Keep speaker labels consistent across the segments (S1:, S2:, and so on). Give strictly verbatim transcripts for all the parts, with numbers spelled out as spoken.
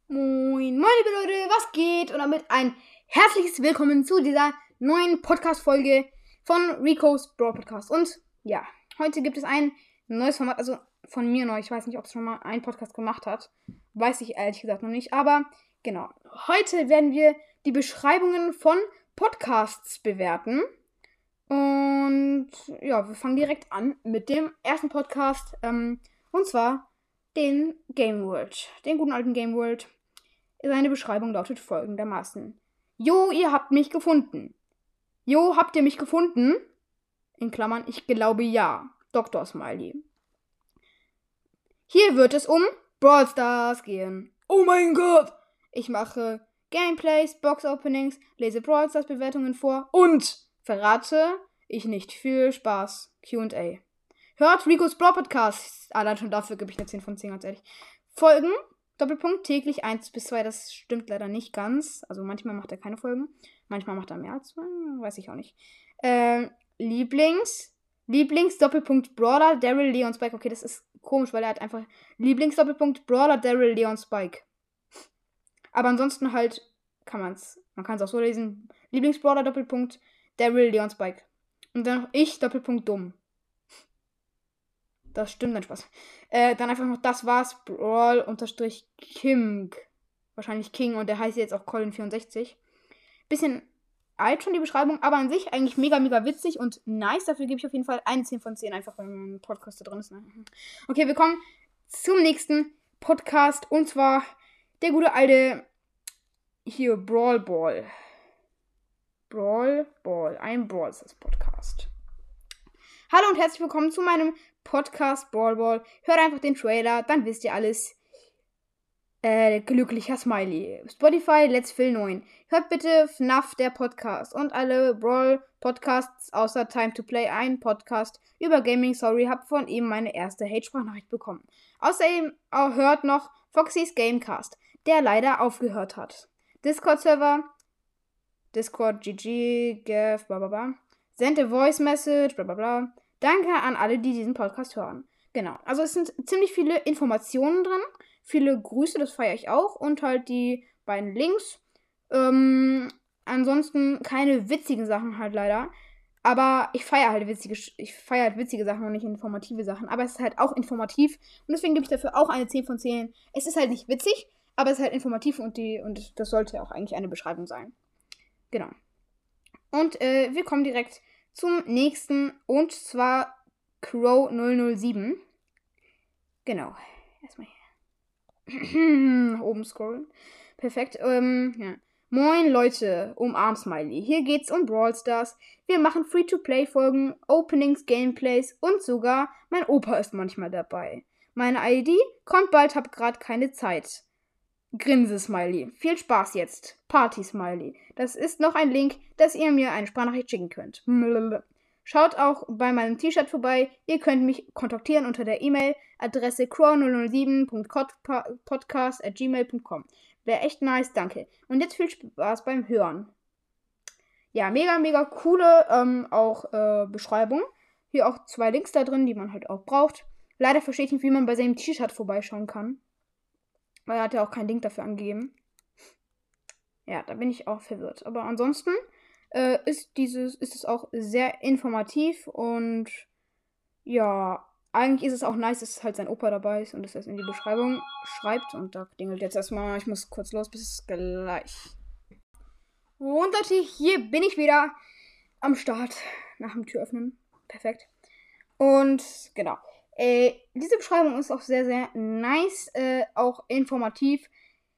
S1: Moin, moin liebe Leute, was geht? Und damit ein herzliches Willkommen zu dieser neuen Podcast-Folge von Rico's Brawl Podcast. Und ja, heute gibt es ein neues Format, also von mir neu. Ich weiß nicht, ob es schon mal einen Podcast gemacht hat. Weiß ich ehrlich gesagt noch nicht. Aber genau, heute werden wir die Beschreibungen von Podcasts bewerten. Und ja, wir fangen direkt an mit dem ersten Podcast. Ähm, und zwar den Game World. Den guten alten Game World. Seine Beschreibung lautet folgendermaßen. Jo, ihr habt mich gefunden. Jo, habt ihr mich gefunden? In Klammern, ich glaube ja. Doktor Smiley. Hier wird es um Brawl Stars gehen. Oh mein Gott! Ich mache Gameplays, Box-Openings, lese Brawl Stars Bewertungen vor und verrate ich nicht. Viel Spaß. Q und A. Hört Rico's Brawl Podcast. Allein schon dafür gebe ich eine zehn von zehn, ganz ehrlich. Folgen. Doppelpunkt, täglich eins bis zwei, das stimmt leider nicht ganz. Also manchmal macht er keine Folgen. Manchmal macht er mehr als zwei, weiß ich auch nicht. Äh, Lieblings, Lieblings, Doppelpunkt, Brawler, Daryl, Leon, Spike. Okay, das ist komisch, weil er hat einfach Lieblings, Doppelpunkt, Brawler, Daryl, Leon, Spike. Aber ansonsten halt kann man es, man kann es auch so lesen. Lieblings, Brawler, Doppelpunkt, Daryl, Leon, Spike. Und dann noch ich, Doppelpunkt, dumm. Das stimmt, nein, Spaß. Äh, dann einfach noch, das war's, Brawl unterstrich King. Wahrscheinlich King und der heißt jetzt auch Colin vierundsechzig. Bisschen alt schon die Beschreibung, aber an sich eigentlich mega, mega witzig und nice. Dafür gebe ich auf jeden Fall eine zehn von zehn, einfach weil mein Podcast da drin ist. Ne? Okay, wir kommen zum nächsten Podcast und zwar der gute alte hier, Brawl Ball. Brawl Ball, ein Brawl Stars Podcast. Hallo und herzlich willkommen zu meinem Podcast Brawl Ball. Hört einfach den Trailer, dann wisst ihr alles. Äh, glücklicher Smiley. Spotify, Let's Fill neun. Hört bitte F NAF, der Podcast. Und alle Brawl Podcasts außer Time to Play, ein Podcast über Gaming. Sorry, hab von ihm meine erste Hate-Sprachnachricht bekommen. Außerdem hört noch Foxys Gamecast, der leider aufgehört hat. Discord-Server, Discord, G G, Gav, bla bla bla. Send a Voice Message, bla bla bla. Danke an alle, die diesen Podcast hören. Genau, also es sind ziemlich viele Informationen drin. Viele Grüße, das feiere ich auch. Und halt die beiden Links. Ähm, ansonsten keine witzigen Sachen halt leider. Aber ich feiere halt witzige, ich feiere halt witzige Sachen und nicht informative Sachen. Aber es ist halt auch informativ. Und deswegen gebe ich dafür auch eine zehn von zehn. Es ist halt nicht witzig, aber es ist halt informativ und, die, und das sollte auch eigentlich eine Beschreibung sein. Genau. Und äh, wir kommen direkt zum nächsten, und zwar Crow null null sieben. Genau. Erstmal hier. Nach oben scrollen. Perfekt. Ähm, ja. Moin Leute, umarm Smiley. Hier geht's um Brawl Stars. Wir machen Free-to-Play-Folgen, Openings, Gameplays und sogar mein Opa ist manchmal dabei. Meine I D kommt bald, hab grad keine Zeit. Grinse Smiley. Viel Spaß jetzt. Party Smiley. Das ist noch ein Link, dass ihr mir eine Sprachnachricht schicken könnt. Schaut auch bei meinem T-Shirt vorbei. Ihr könnt mich kontaktieren unter der E-Mail-Adresse crow null null sieben punkt podcast at gmail punkt com. Wäre echt nice, danke. Und jetzt viel Spaß beim Hören. Ja, mega, mega coole ähm, auch äh, Beschreibung. Hier auch zwei Links da drin, die man halt auch braucht. Leider verstehe ich nicht, wie man bei seinem T-Shirt vorbeischauen kann. Weil er hat ja auch keinen Link dafür angegeben. Ja, da bin ich auch verwirrt. Aber ansonsten äh, ist dieses, ist es auch sehr informativ und ja, eigentlich ist es auch nice, dass halt sein Opa dabei ist und dass er es in die Beschreibung schreibt. Und da klingelt jetzt erstmal, ich muss kurz los, bis gleich. Und Leute, hier bin ich wieder am Start nach dem Tür öffnen. Perfekt. Und genau. Äh, diese Beschreibung ist auch sehr, sehr nice, äh, auch informativ.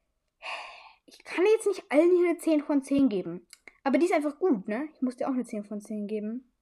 S1: Ich kann jetzt nicht allen hier eine zehn von zehn geben. Aber die ist einfach gut, ne? Ich muss dir auch eine zehn von zehn geben.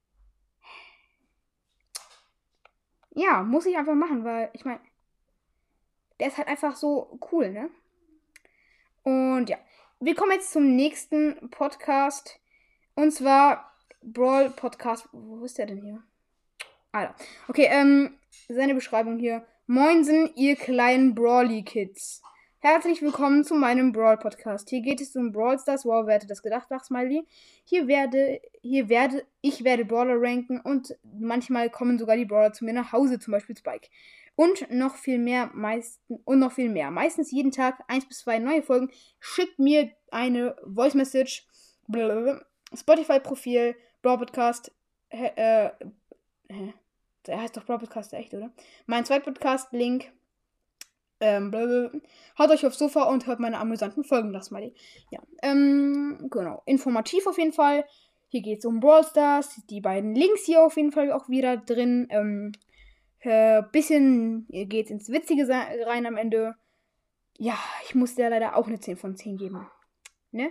S1: Ja, muss ich einfach machen, weil, ich meine, der ist halt einfach so cool, ne? Und ja, wir kommen jetzt zum nächsten Podcast. Und zwar Brawl Podcast. Wo ist der denn hier? Alter. Okay, ähm, seine Beschreibung hier. Moinsen, ihr kleinen Brawly-Kids. Herzlich willkommen zu meinem Brawl-Podcast. Hier geht es um Brawl Stars. Wow, wer hätte das gedacht, Lach Smiley. Hier werde, hier werde, ich werde Brawler ranken und manchmal kommen sogar die Brawler zu mir nach Hause, zum Beispiel Spike. Und noch viel mehr, meisten, und noch viel mehr. Meistens jeden Tag eins bis zwei neue Folgen. Schickt mir eine Voice Message. Spotify-Profil, Brawl Podcast. Äh, äh, der heißt doch Brawl Podcast, echt, oder? Mein zweiter Podcast-Link. Ähm, blablabla. Haut euch aufs Sofa und hört meine amüsanten Folgen, das mal. Ja, ähm, genau. Informativ auf jeden Fall. Hier geht es um Brawl Stars. Die beiden Links hier auf jeden Fall auch wieder drin. Ähm, äh, bisschen geht ins Witzige rein am Ende. Ja, ich muss der leider auch eine zehn von zehn geben. Ne?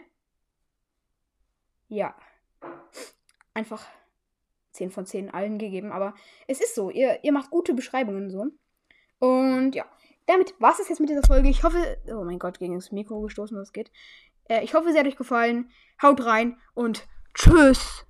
S1: Ja. Einfach zehn von zehn allen gegeben, aber es ist so. Ihr, ihr macht gute Beschreibungen so. Und ja, damit war es jetzt mit dieser Folge. Ich hoffe, oh mein Gott, gegen das Mikro gestoßen, was geht. Äh, ich hoffe, es hat euch gefallen. Haut rein und tschüss.